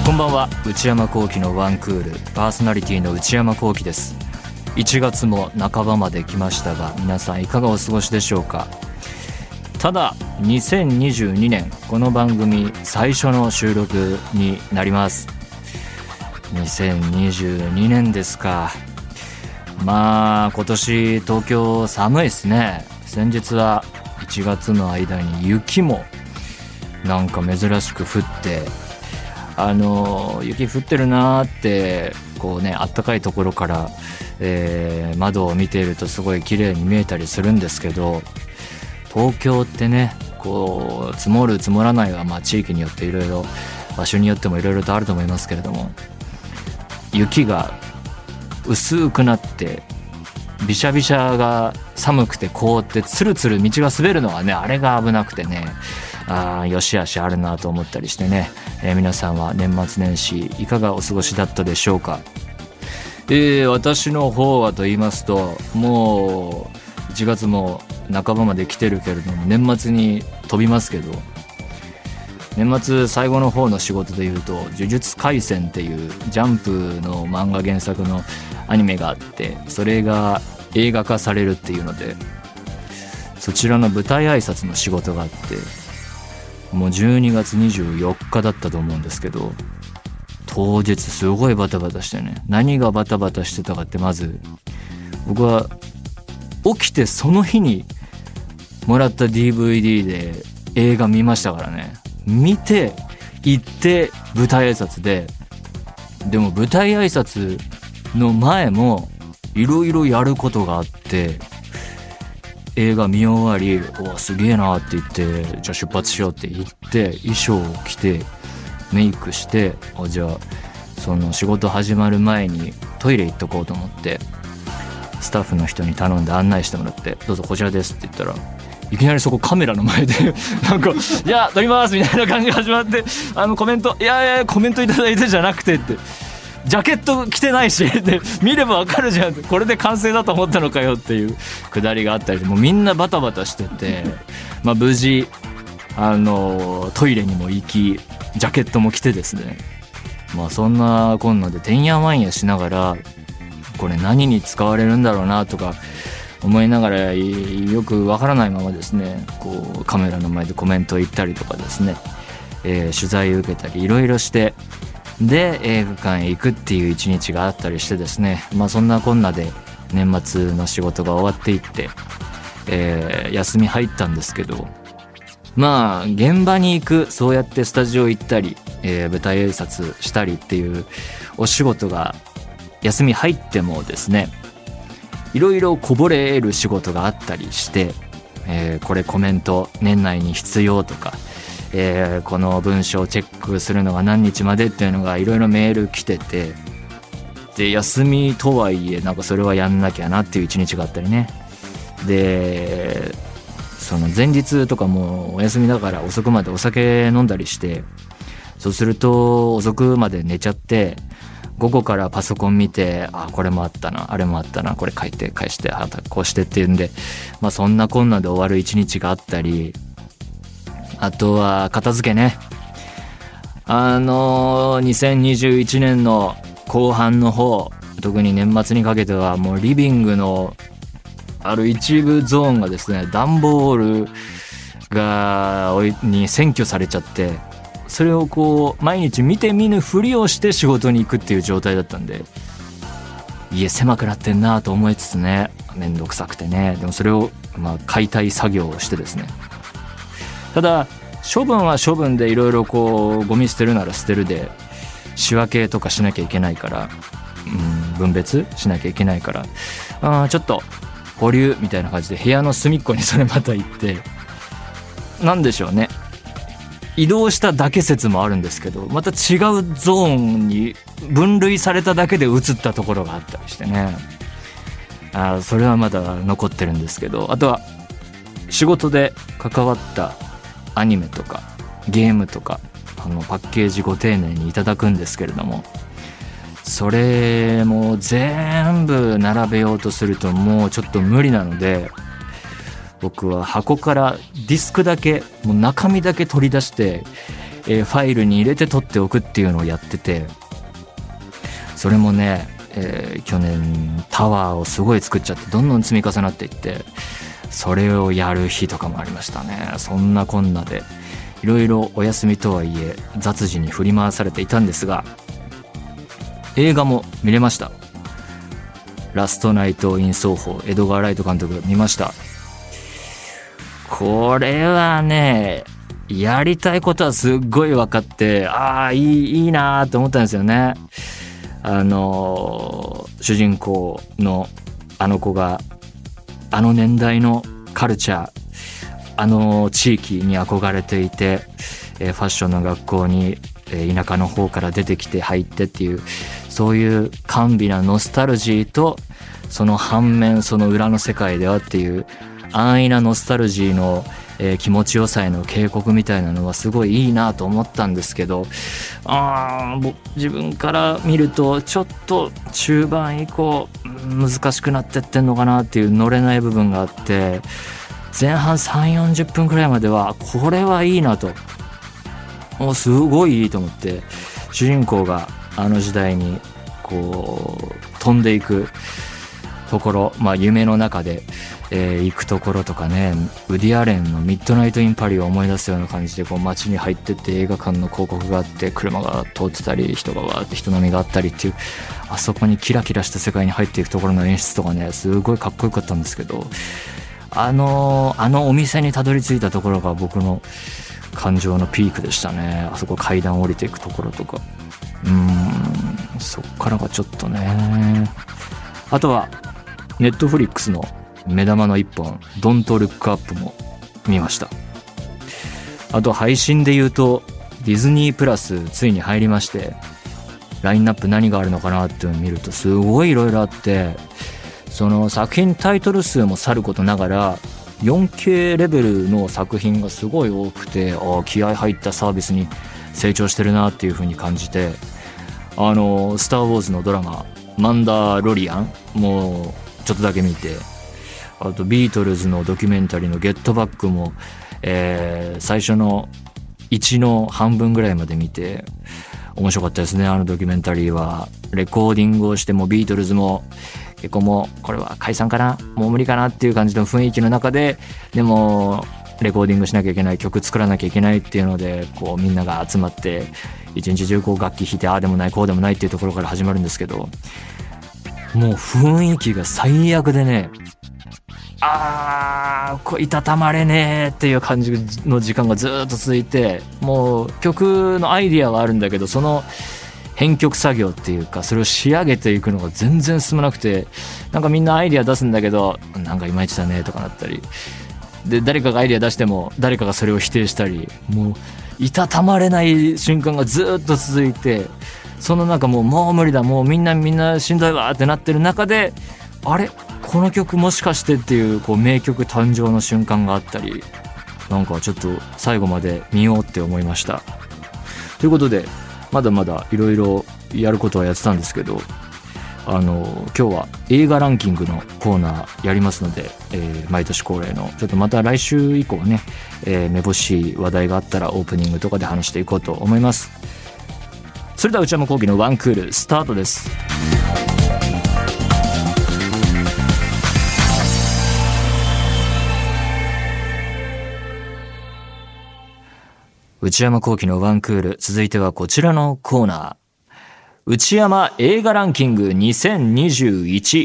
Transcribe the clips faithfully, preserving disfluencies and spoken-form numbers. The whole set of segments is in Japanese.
こんばんは。内山聖輝のワンクールパーソナリティの内山聖輝です。いちがつも半ばまで来ましたが、皆さんいかがお過ごしでしょうか。ただにせんにじゅうにねんこの番組最初の収録になります。にせんにじゅうにねんですか。まあ今年東京寒いですね。先日はいちがつの間に雪もなんか珍しく降って、あの雪降ってるなーってこうね、あったかいところから、えー、窓を見ているとすごい綺麗に見えたりするんですけど、東京ってね、こう積もる積もらないはまあ地域によっていろいろ、場所によってもいろいろとあると思いますけれども、雪が薄くなってびしゃびしゃが寒くて凍ってつるつる道が滑るのがね、あれが危なくてね、あよしあしあるなと思ったりしてね、えー、皆さんは年末年始いかがお過ごしだったでしょうか。えー、私の方はと言いますと、もういちがつも半ばまで来てるけれども、年末に飛びますけど、年末最後の方の仕事でいうと呪術廻戦っていうジャンプの漫画原作のアニメがあって、それが映画化されるっていうので、そちらの舞台挨拶の仕事があって、もうじゅうにがつにじゅうよっかだったと思うんですけど、当日すごいバタバタしてね。何がバタバタしてたかって、まず僕は起きてその日にもらった ディーブイディー で映画見ましたからね。見て行って舞台挨拶で、でも舞台挨拶の前もいろいろやることがあって、映画見終わり、おすげえなって言って、じゃあ出発しようって言って衣装を着てメイクして、じゃあその仕事始まる前にトイレ行っとこうと思ってスタッフの人に頼んで案内してもらって、どうぞこちらですって言ったら、いきなりそこカメラの前でなんかじゃあ撮りますみたいな感じが始まって、あのコメントいやいやコメントいただいてじゃなくてって、ジャケット着てないしで見ればわかるじゃん、これで完成だと思ったのかよっていうくだりがあったり、もうみんなバタバタしてて、まあ無事あのトイレにも行き、ジャケットも着てですね、まあそんなこんなでてんやわんやしながら、これ何に使われるんだろうなとか思いながら、よくわからないままですね、こうカメラの前でコメントを言ったりとかですね、えー、取材を受けたりいろいろして、で映画館へ行くっていう一日があったりしてですね、まあそんなこんなで年末の仕事が終わっていって、えー、休み入ったんですけど、まあ現場に行く、そうやってスタジオ行ったり、えー、舞台挨拶したりっていうお仕事が休み入ってもですね、いろいろこぼれる仕事があったりして、えー、これコメント年内に必要とか、えー、この文章をチェックするのが何日までっていうのがいろいろメール来てて、で休みとはいえなんかそれはやんなきゃなっていう一日があったりね。でその前日とかもお休みだから遅くまでお酒飲んだりして、そうすると遅くまで寝ちゃって、午後からパソコン見て、あこれもあったなあれもあったな、これ書いて返して、あこうしてっていうんで、まあそんなこんなで終わる一日があったり、あとは片付けね。あのー、にせんにじゅういちねんの後半の方、特に年末にかけてはもうリビングのある一部ゾーンがですね、段ボールがに占拠されちゃって、それをこう毎日見て見ぬふりをして仕事に行くっていう状態だったんで、家狭くなってんなと思いつつね、めんどくさくてね、でもそれをまあ解体作業をしてですね、ただ処分は処分でいろいろこうゴミ捨てるなら捨てるで仕分けとかしなきゃいけないから、うん、分別しなきゃいけないから、あちょっと保留みたいな感じで部屋の隅っこにそれまた行って、なんでしょうね、移動しただけ説もあるんですけど、また違うゾーンに分類されただけで移ったところがあったりしてね、あそれはまだ残ってるんですけど、あとは仕事で関わったアニメとかゲームとか、あのパッケージご丁寧にいただくんですけれども、それも全部並べようとするともうちょっと無理なので、僕は箱からディスクだけ、もう中身だけ取り出してえー、ファイルに入れて撮っておくっていうのをやってて、それもね、えー、去年タワーをすごい作っちゃってどんどん積み重なっていって、それをやる日とかもありましたね。そんなこんなでいろいろお休みとはいえ雑事に振り回されていたんですが、映画も見れました。ラストナイト・イン・ソーホー、エドガー・ライト監督見ました。これはね、やりたいことはすっごい分かって、ああいいいいなと思ったんですよね。あの主人公のあの子があの年代のカルチャー、あの地域に憧れていて、えー、ファッションの学校に、えー、田舎の方から出てきて入ってっていう、そういう甘美なノスタルジーと、その反面その裏の世界ではっていう安易なノスタルジーの、えー、気持ちよさへの警告みたいなのはすごいいいなと思ったんですけど、あー自分から見るとちょっと中盤以降難しくなってってんのかなっていう乗れない部分があって、前半さんじゅうよんじゅっぷんくらいまではこれはいいなと、もうすごいいいと思って、主人公があの時代にこう飛んでいくところ、まあ夢の中で、えー、行くところとかね、ウディアレンのミッドナイトインパリを思い出すような感じで、こう街に入ってって映画館の広告があって、車が通ってたり人がわーって人波があったりっていう、あそこにキラキラした世界に入っていくところの演出とかね、すごいかっこよかったんですけど、あのあのお店にたどり着いたところが僕の感情のピークでしたね。あそこ階段降りていくところとか、うーんそっからがちょっとね。あとはネットフリックスの目玉の一本ドントルックアップも見ました。あと配信で言うとディズニープラスついに入りまして、ラインナップ何があるのかなっていうのを見るとすごいいろいろあって、その作品タイトル数もさることながら よんケー レベルの作品がすごい多くて、あ気合入ったサービスに成長してるなっていう風に感じて、あのスターウォーズのドラママンダロリアンもちょっとだけ見て、あとビートルズのドキュメンタリーのゲットバックも、えー、最初のいちの半分ぐらいまで見て面白かったですね。あのドキュメンタリーはレコーディングをしてもビートルズも結構もうこれは解散かな、もう無理かなっていう感じの雰囲気の中で、でもレコーディングしなきゃいけない、曲作らなきゃいけないっていうので、こうみんなが集まって一日中こう楽器弾いて、ああでもないこうでもないっていうところから始まるんですけど、もう雰囲気が最悪でね、あーこういたたまれねーっていう感じの時間がずっと続いて、もう曲のアイディアはあるんだけど、その編曲作業っていうかそれを仕上げていくのが全然進まなくて、なんかみんなアイディア出すんだけどなんかいまいちだねとかなったりで、誰かがアイディア出しても誰かがそれを否定したり、もういたたまれない瞬間がずっと続いて、その中もうもう無理だ、もうみんなみんなしんどいわってなってる中で、あれこの曲もしかしてっていう、こう名曲誕生の瞬間があったり、なんかちょっと最後まで見ようって思いました。ということでまだまだいろいろやることはやってたんですけど、あの今日は映画ランキングのコーナーやりますので、えー、毎年恒例のちょっとまた来週以降ね、えー、めぼしい話題があったらオープニングとかで話していこうと思います。それでは内山聖輝のワンクールスタートです。内山聖輝のワンクール、続いてはこちらのコーナー、内山映画ランキングにせんにじゅういち。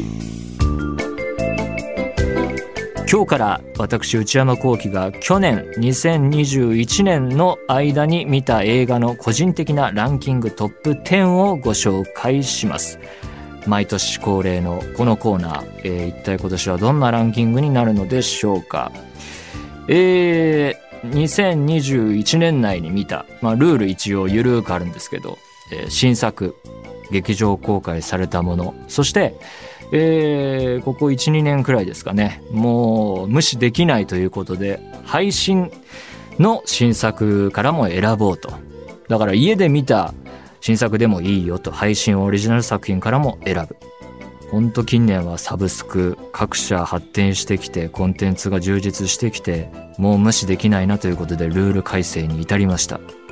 今日から私内山聖輝が去年にせんにじゅういちねんの間に見た映画の個人的なランキングトップじゅうをご紹介します。毎年恒例のこのコーナー、えー、一体今年はどんなランキングになるのでしょうか。えーにせんにじゅういちねん内に見た、まあ、ルール一応ゆるくあるんですけど、えー、新作劇場公開されたもの、そして、えー、ここ いちにねんくらいですかね、もう無視できないということで配信の新作からも選ぼうと。だから家で見た新作でもいいよと、配信オリジナル作品からも選ぶ。ほんと近年はサブスク各社発展してきて、コンテンツが充実してきて、もう無視できないなということでルール改正に至りました。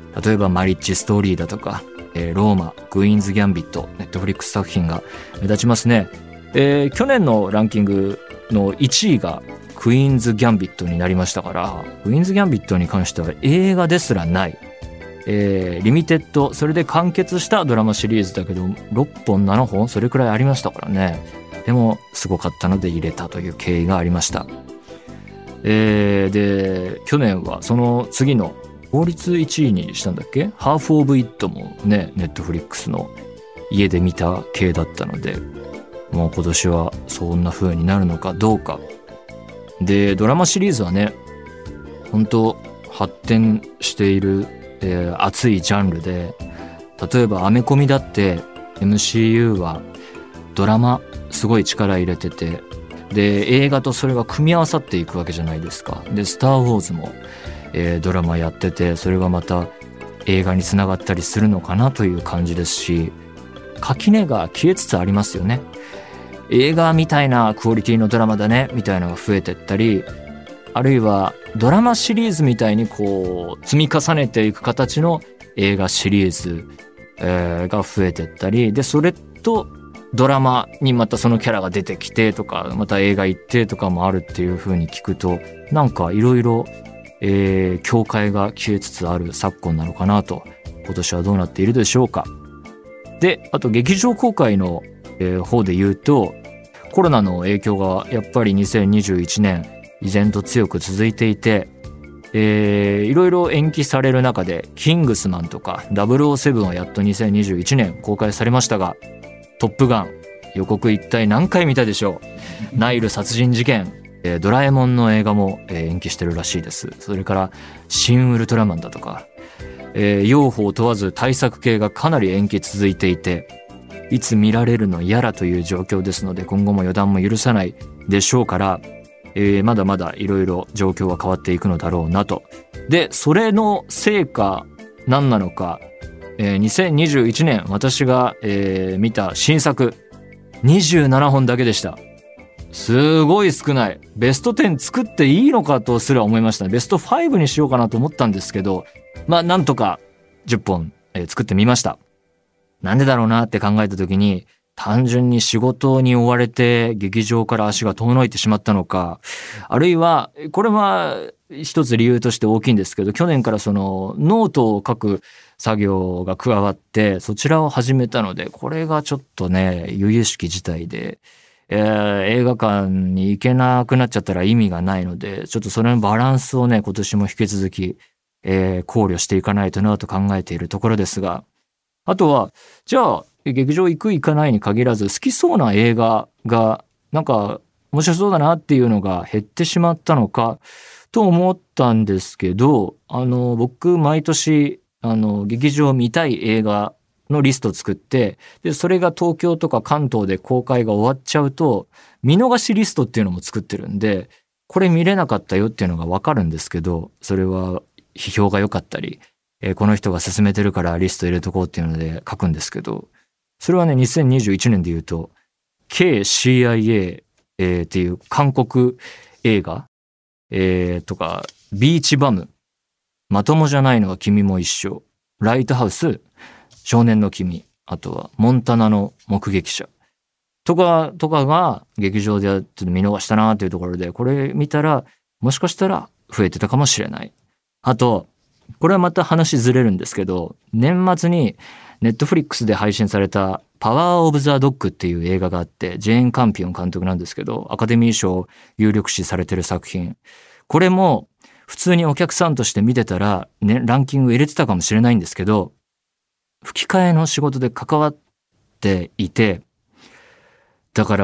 例えばマリッジストーリーだとか、えー、ローマ、クイーンズギャンビット、ネットフリックス作品が目立ちますね。えー、去年のランキングのいちいがクイーンズギャンビットになりましたから、クイーンズギャンビットに関しては映画ですらない、えー、リミテッド、それで完結したドラマシリーズだけどろっぽんななほんそれくらいありましたからね。でもすごかったので入れたという経緯がありました。えー、で去年はその次の法律いちいにしたんだっけ、ハーフオブイットもね、ネットフリックスの家で見た系だったので、もう今年はそんな風になるのかどうか。でドラマシリーズはね、本当発展している、えー、熱いジャンルで、例えばアメコミだって エムシーユー はドラマすごい力入れてて、で映画とそれが組み合わさっていくわけじゃないですか。でスター・ウォーズも、えー、ドラマやってて、それがまた映画につながったりするのかなという感じですし、垣根が消えつつありますよね。映画みたいなクオリティのドラマだねみたいなのが増えてったり、あるいはドラマシリーズみたいにこう積み重ねていく形の映画シリーズ、えー、が増えてったりで、それとドラマにまたそのキャラが出てきてとか、また映画行ってとかもあるっていう風に聞くと、なんかいろいろ境界が消えつつある昨今なのかなと。今年はどうなっているでしょうか。であと劇場公開の、えー、方で言うと、コロナの影響がやっぱりにせんにじゅういちねん依然と強く続いていて、えー、いろいろ延期される中でキングスマンとかダブルオーセブンはやっとにせんにじゅういちねん公開されましたが、トップガン予告一体何回見たでしょう。ナイル殺人事件、えー、ドラえもんの映画も、えー、延期してるらしいです。それから新ウルトラマンだとか、えー、用法問わず対策系がかなり延期続いていて、いつ見られるのやらという状況ですので、今後も予断も許さないでしょうから、えー、まだまだいろいろ状況は変わっていくのだろうなと。でそれの成果何なのか、えー、にせんにじゅういちねん私が、えー、見た新作にじゅうななほんだけでした。すごい少ない。ベストじゅう作っていいのかとすら思いましたね。ベストごにしようかなと思ったんですけど、まあなんとかじゅっぽん、えー、作ってみました。なんでだろうなって考えた時に、単純に仕事に追われて劇場から足が遠のいてしまったのか、あるいはこれは一つ理由として大きいんですけど、去年からそのノートを書く作業が加わってそちらを始めたので、これがちょっとね由々しき事態で、えー、映画館に行けなくなっちゃったら意味がないので、ちょっとそれのバランスをね今年も引き続き、えー、考慮していかないとなと考えているところですが、あとはじゃあ劇場行く行かないに限らず、好きそうな映画がなんか面白そうだなっていうのが減ってしまったのかと思ったんですけど、あの僕毎年あの劇場見たい映画のリストを作って、でそれが東京とか関東で公開が終わっちゃうと見逃しリストっていうのも作ってるんで、これ見れなかったよっていうのが分かるんですけど、それは批評が良かったり、えー、この人が勧めてるからリスト入れとこうっていうので書くんですけど、それはねにせんにじゅういちねんで言うと ケーシーアイエー、えー、っていう韓国映画、えー、とかビーチバム、まともじゃないのは君も一緒、ライトハウス、少年の君、あとはモンタナの目撃者とかとかが劇場でちょっと見逃したなというところで、これ見たらもしかしたら増えてたかもしれない。あとこれはまた話ずれるんですけど、年末にネットフリックスで配信されたパワーオブザドッグっていう映画があって、ジェーン・カンピオン監督なんですけど、アカデミー賞有力視されてる作品。これも普通にお客さんとして見てたら、ね、ランキング入れてたかもしれないんですけど、吹き替えの仕事で関わっていて、だから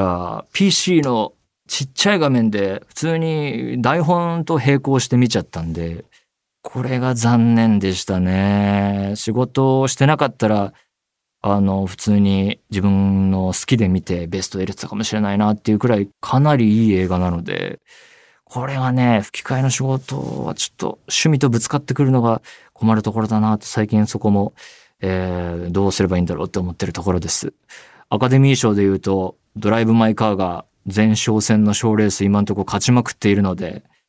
ピーシー のちっちゃい画面で普通に台本と並行して見ちゃったんで、これが残念でしたね。仕事をしてなかったらあの普通に自分の好きで見てベスト入れてたかもしれないなっていうくらいかなりいい映画なので、これがね吹き替えの仕事はちょっと趣味とぶつかってくるのが困るところだなと、最近そこも、えー、どうすればいいんだろうって思ってるところです。アカデミー賞でいうとドライブ・マイ・カーが前哨戦の賞レース今のところ勝ちまくっているので、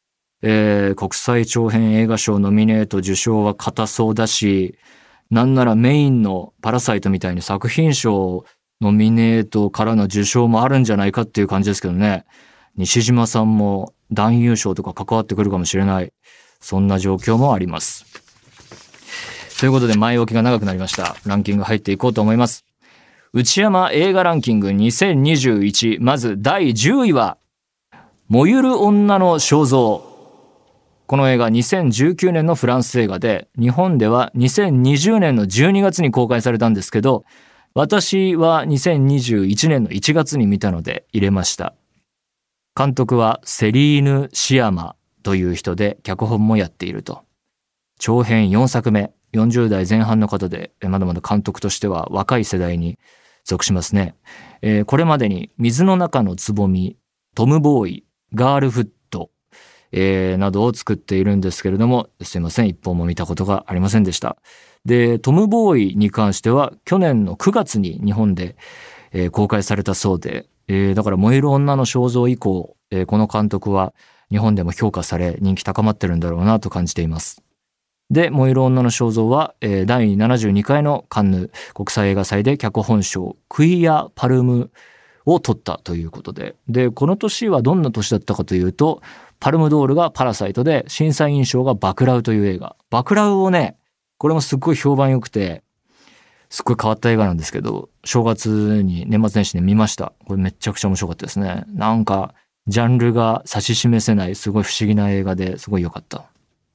えー、国際長編映画賞ノミネート受賞は固そうだし、なんならメインのパラサイトみたいに作品賞ノミネートからの受賞もあるんじゃないかっていう感じですけどね。西島さんも男優賞とか関わってくるかもしれない。そんな状況もあります。ということで前置きが長くなりました。ランキング入っていこうと思います。内山映画ランキングにせんにじゅういち、まずだいじゅういは燃ゆる女の肖像。この映画にせんじゅうきゅうねんのフランス映画で、日本ではにせんにじゅうねんのじゅうにがつに公開されたんですけど、私はにせんにじゅういちねんのいちがつに見たので入れました。監督はセリーヌ・シアマという人で、脚本もやっていると。長編よんさくめ、よんじゅうだいぜん半の方で、まだまだ監督としては若い世代に属しますね。えー、これまでに水の中のつぼみ、トムボーイ、ガールフット、えー、などを作っているんですけれども、すいません、一本も見たことがありませんでした。で、トムボーイに関しては去年のくがつに日本で、えー、公開されたそうで、えー、だから燃える女の肖像以降、えー、この監督は日本でも評価され人気高まってるんだろうなと感じています。で、燃える女の肖像は、えー、だいななじゅうにかいのカンヌ国際映画祭で脚本賞クイア・パルムを取ったということで、で、この年はどんな年だったかというと、パルムドールがパラサイトで、審査員賞がバクラウという映画。バクラウをね、これもすっごい評判良くて、すっごい変わった映画なんですけど、正月に年末年始で見ました。これめちゃくちゃ面白かったですね。なんかジャンルが指し示せないすごい不思議な映画ですごい良かった。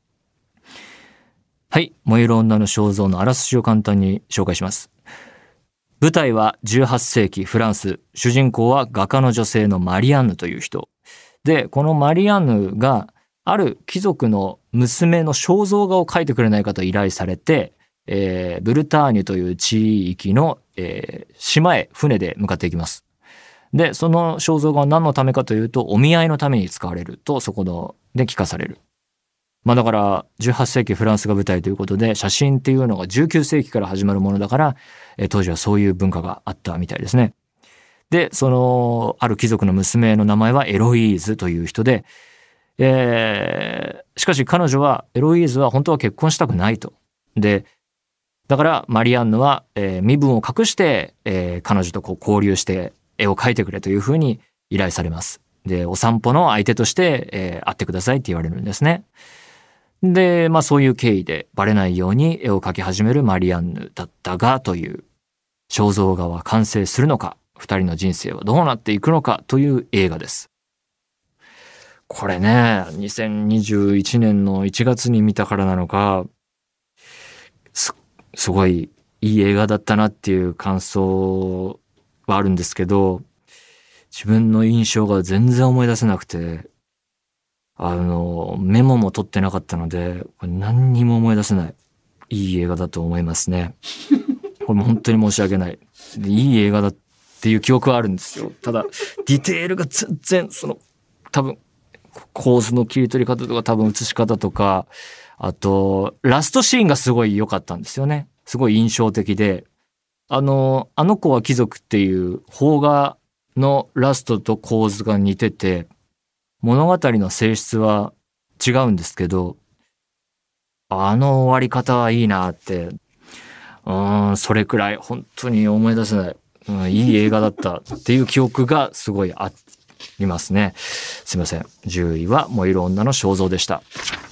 はい、燃える女の肖像のあらすじを簡単に紹介します。舞台はじゅうはっせいきフランス。主人公は画家の女性のマリアンヌという人。で、このマリアンヌがある貴族の娘の肖像画を描いてくれないかと依頼されて、えー、ブルターニュという地域の、えー、島へ船で向かっていきます。で、その肖像画は何のためかというと、お見合いのために使われるとそこので聞かされる。まあだからじゅうはっせいきフランスが舞台ということで、写真っていうのがじゅうきゅうせいきから始まるものだから、えー、当時はそういう文化があったみたいですね。で、そのある貴族の娘の名前はエロイーズという人で、えー、しかし彼女はエロイーズは本当は結婚したくないと。で、だからマリアンヌは、えー、身分を隠して、えー、彼女とこう交流して絵を描いてくれというふうに依頼されます。で、お散歩の相手として、えー、会ってくださいって言われるんですね。で、まあそういう経緯でバレないように絵を描き始めるマリアンヌだったがという肖像画は完成するのか、二人の人生はどうなっていくのかという映画です。これね、にせんにじゅういちねんのいちがつに見たからなのか、す、すごいいい映画だったなっていう感想はあるんですけど、自分の印象が全然思い出せなくて、あの、メモも取ってなかったので、これ何にも思い出せない。いい映画だと思いますね。これも本当に申し訳ない。いい映画だっていう記憶はあるんですよ。ただ、ディテールが全然、その、多分、構図の切り取り方とか多分映し方とか、あと、ラストシーンがすごい良かったんですよね。すごい印象的で、あの、あの子は貴族っていう邦画のラストと構図が似てて、物語の性質は違うんですけど、あの終わり方はいいなって、うーん、それくらい本当に思い出せない、うん、いい映画だったっていう記憶がすごいありますね。すいません。じゅういは燃える女の肖像でした。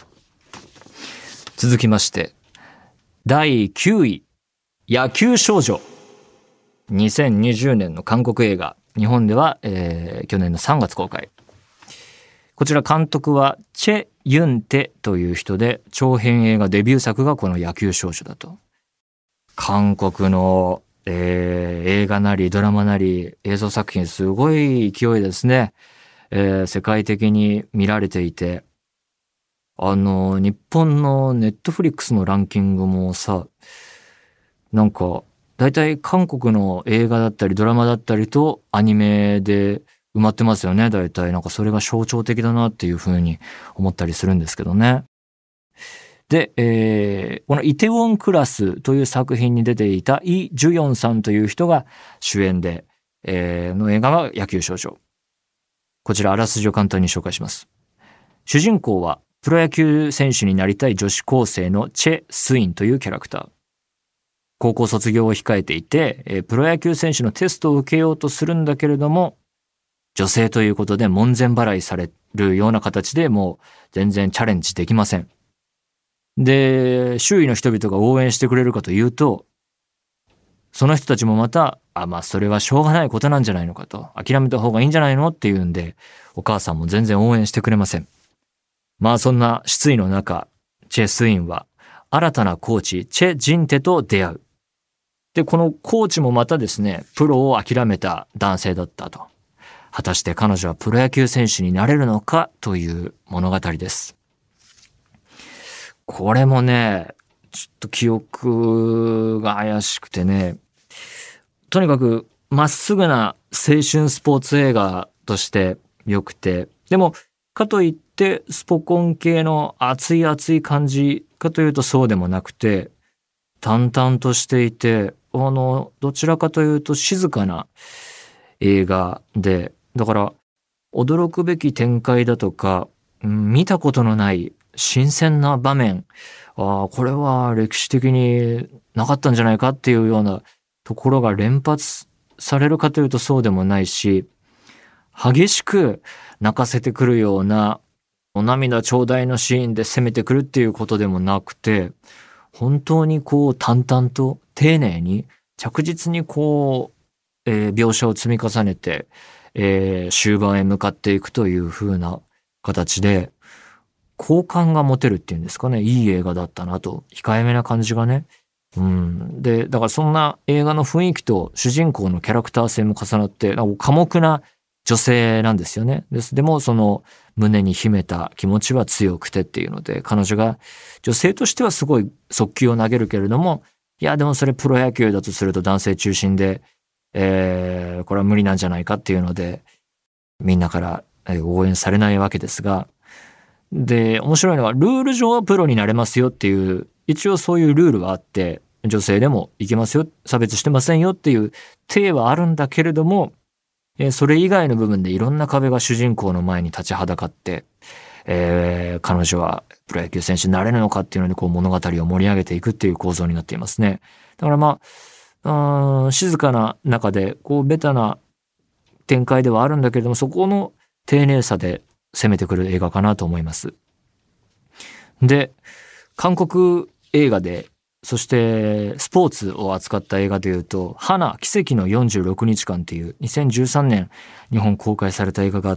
続きまして、だいきゅうい、野球少女。にせんにじゅうねんの韓国映画。日本では、えー、去年のさんがつ公開。こちら監督はチェ・ユンテという人で、長編映画デビュー作がこの野球少女だと。韓国の、えー、映画なりドラマなり映像作品すごい勢いですね。えー、世界的に見られていて、あの日本のネットフリックスのランキングもさ、なんかだいたい韓国の映画だったりドラマだったりとアニメで埋まってますよね。だいたいなんかそれが象徴的だなっていうふうに思ったりするんですけどね。で、えー、このイテウォンクラスという作品に出ていたイ・ジュヨンさんという人が主演で、えー、の映画は野球少女。こちらあらすじを簡単に紹介します。主人公はプロ野球選手になりたい女子高生のチェ・スインというキャラクター。高校卒業を控えていて、えー、プロ野球選手のテストを受けようとするんだけれども、女性ということで門前払いされるような形でもう全然チャレンジできません。で、周囲の人々が応援してくれるかというと、その人たちもまた、あ、まあそれはしょうがないことなんじゃないのかと、諦めた方がいいんじゃないのっていうんで、お母さんも全然応援してくれません。まあそんな失意の中、チェ・スインは新たなコーチ、チェ・ジンテと出会う。で、このコーチもまたですね、プロを諦めた男性だったと。果たして彼女はプロ野球選手になれるのかという物語です。これもね、ちょっと記憶が怪しくてね、とにかくまっすぐな青春スポーツ映画として良くて、でもかといってスポコン系の熱い熱い感じかというとそうでもなくて、淡々としていて、あのどちらかというと静かな映画で、だから驚くべき展開だとか、うん、見たことのない新鮮な場面、ああこれは歴史的になかったんじゃないかっていうようなところが連発されるかというとそうでもないし、激しく泣かせてくるようなお涙頂戴のシーンで攻めてくるっていうことでもなくて、本当にこう淡々と丁寧に着実にこう、えー、描写を積み重ねて、えー、終盤へ向かっていくという風な形で好感が持てるっていうんですかね、いい映画だったなと、控えめな感じがね、うん、でだからそんな映画の雰囲気と主人公のキャラクター性も重なって、寡黙な女性なんですよね。です。でもその胸に秘めた気持ちは強くてっていうので、彼女が女性としてはすごい速球を投げるけれども、いやでもそれプロ野球だとすると男性中心で、えー、これは無理なんじゃないかっていうので、みんなから応援されないわけですが、で面白いのはルール上はプロになれますよっていう、一応そういうルールはあって、女性でもいけますよ、差別してませんよっていう体はあるんだけれども、それ以外の部分でいろんな壁が主人公の前に立ちはだかって、えー、彼女はプロ野球選手になれるのかっていうのでこう物語を盛り上げていくっていう構造になっていますね。だからまあ、あ静かな中でこうベタな展開ではあるんだけれども、そこの丁寧さで攻めてくる映画かなと思います。で、韓国映画でそしてスポーツを扱った映画でいうと、花奇跡のよんじゅうろくにちかんっていうにせんじゅうさんねん日本公開された映画があって、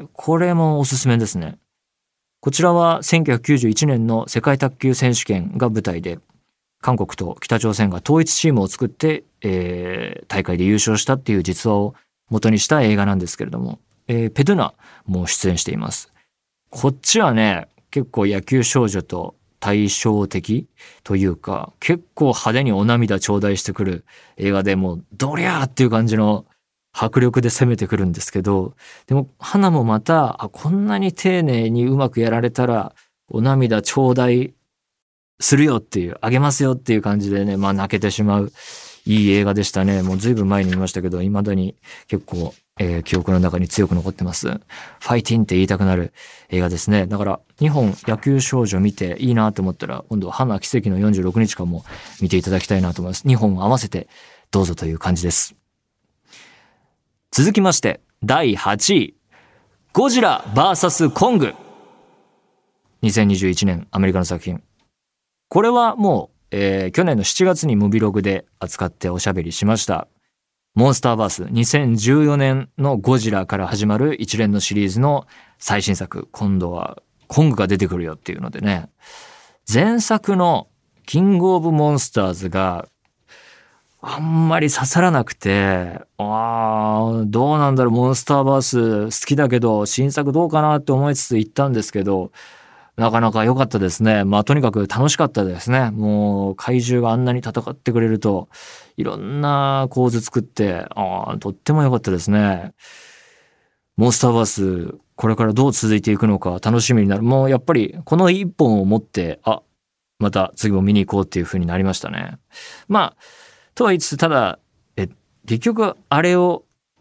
これもおすすめですね。こちらはせんきゅうひゃくきゅうじゅういちねんの世界卓球選手権が舞台で、韓国と北朝鮮が統一チームを作って、えー、大会で優勝したっていう実話を元にした映画なんですけれども、えー、ペドゥナも出演しています。こっちはね、結構野球少女と対照的というか、結構派手にお涙頂戴してくる映画で、もうドリャーっていう感じの迫力で攻めてくるんですけど、でも花もまた、あ、こんなに丁寧にうまくやられたらお涙頂戴するよっていう、あげますよっていう感じでね、まあ泣けてしまういい映画でしたね。もうずいぶん前に見ましたけど、未だに結構、えー、記憶の中に強く残ってます。ファイティンって言いたくなる映画ですね。だから日本野球少女見ていいなと思ったら、今度は花奇跡のよんじゅうろくにちかんも見ていただきたいなと思います。にほん合わせてどうぞという感じです。続きましてだいはちい、ゴジラ ブイエス コング。にせんにじゅういちねんアメリカの作品。これはもう、えー、去年のしちがつにムビログで扱っておしゃべりしました。モンスターバースにせんじゅうよねんのゴジラから始まる一連のシリーズの最新作、今度はコングが出てくるよっていうのでね、前作のキングオブモンスターズがあんまり刺さらなくて、あーどうなんだろう、モンスターバース好きだけど新作どうかなって思いつつ行ったんですけど、なかなか良かったですね。まあとにかく楽しかったですね。もう怪獣があんなに戦ってくれると、いろんな構図作って、あとっても良かったですね。モンスターバース、これからどう続いていくのか楽しみになる。もうやっぱりこの一本を持って、あ、また次も見に行こうっていう風になりましたね。まあ、とは言いつつ、ただ、え、結局あれを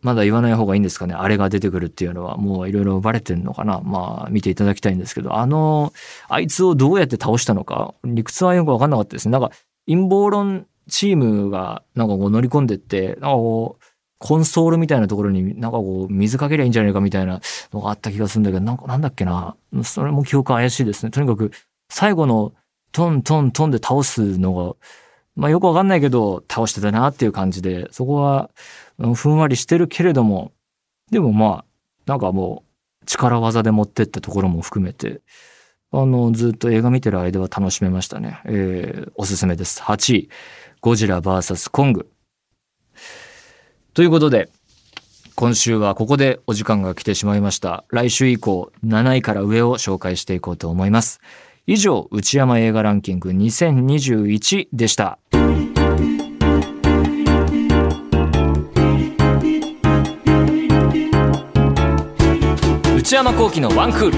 まだ言わない方がいいんですかね。あれが出てくるっていうのはもういろいろバレてるのかな。まあ見ていただきたいんですけど、あのあいつをどうやって倒したのか理屈はよく分かんなかったですね。なんか陰謀論チームがなんかこう乗り込んでって、なんかこうコンソールみたいなところになんかこう水かけりゃいいんじゃないかみたいなのがあった気がするんだけど、なんかなんだっけな。それも記憶怪しいですね。とにかく最後のトントントンで倒すのがまあよくわかんないけど倒してたなっていう感じで、そこはふんわりしてるけれども、でもまあなんかもう力技で持ってったところも含めて、あのずっと映画見てる間は楽しめましたね。えー、おすすめです。はちい、ゴジラ ブイエス コング。ということで今週はここでお時間が来てしまいました。来週以降なないから上を紹介していこうと思います。以上、内山映画ランキングにせんにじゅういちでした。内山聖輝のワンクール。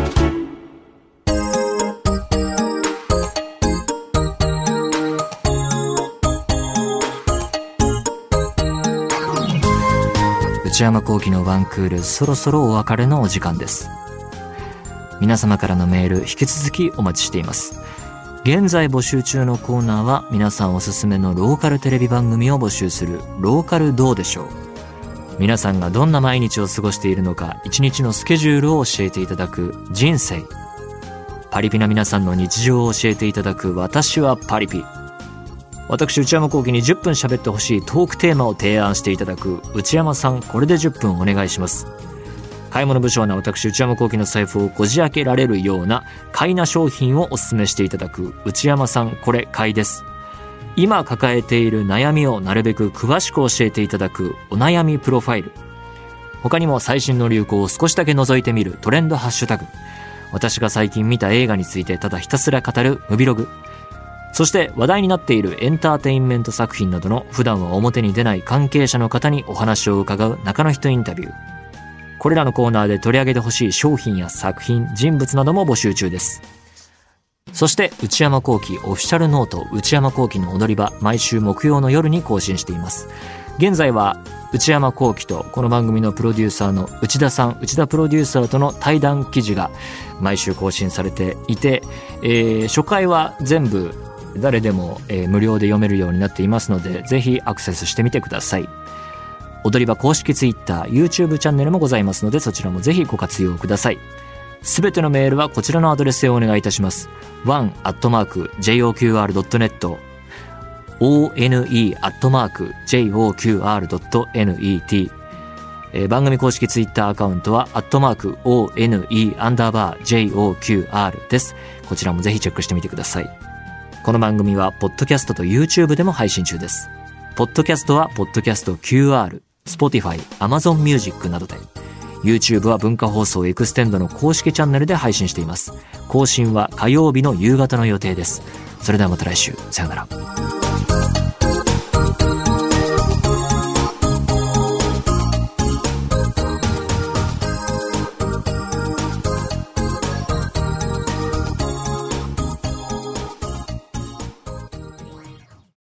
内山聖輝のワンクール、そろそろお別れのお時間です。皆様からのメール引き続きお待ちしています。現在募集中のコーナーは、皆さんおすすめのローカルテレビ番組を募集するローカルどうでしょう。皆さんがどんな毎日を過ごしているのか、一日のスケジュールを教えていただく人生。パリピな皆さんの日常を教えていただく私はパリピ。私内山聖輝にじゅっぷん喋ってほしいトークテーマを提案していただく内山さん、これでじゅっぷんお願いします。買い物不詳な私内山聖輝の財布をこじ開けられるような買いな商品をお勧めしていただく内山さん、これ買いです。今抱えている悩みをなるべく詳しく教えていただくお悩みプロファイル。他にも最新の流行を少しだけ覗いてみるトレンドハッシュタグ。私が最近見た映画についてただひたすら語るムビログ。そして話題になっているエンターテインメント作品などの普段は表に出ない関係者の方にお話を伺う中の人インタビュー。これらのコーナーで取り上げてほしい商品や作品、人物なども募集中です。そして内山聖輝オフィシャルノート内山聖輝の踊り場、毎週木曜の夜に更新しています。現在は内山聖輝とこの番組のプロデューサーの内田さん、内田プロデューサーとの対談記事が毎週更新されていて、えー、初回は全部誰でも、えー、無料で読めるようになっていますので、ぜひアクセスしてみてください。踊り場公式ツイッター、YouTube チャンネルもございますので、そちらもぜひご活用ください。すべてのメールはこちらのアドレスへお願いいたします。ワン アットマーク ジェイオーキューアール ドットネット オーエヌイー アットマーク ジェイオーキューアール ドットネット、えー、番組公式ツイッターアカウントはアットマーク オーエヌイー アンダーバー ジェイオーキューアール です。こちらもぜひチェックしてみてください。この番組はポッドキャストと YouTube でも配信中です。ポッドキャストはポッドキャスト キューアール、Spotify、Amazon Music などで、YouTube は文化放送エクステンドの公式チャンネルで配信しています。更新は火曜日の夕方の予定です。それではまた来週、さよなら。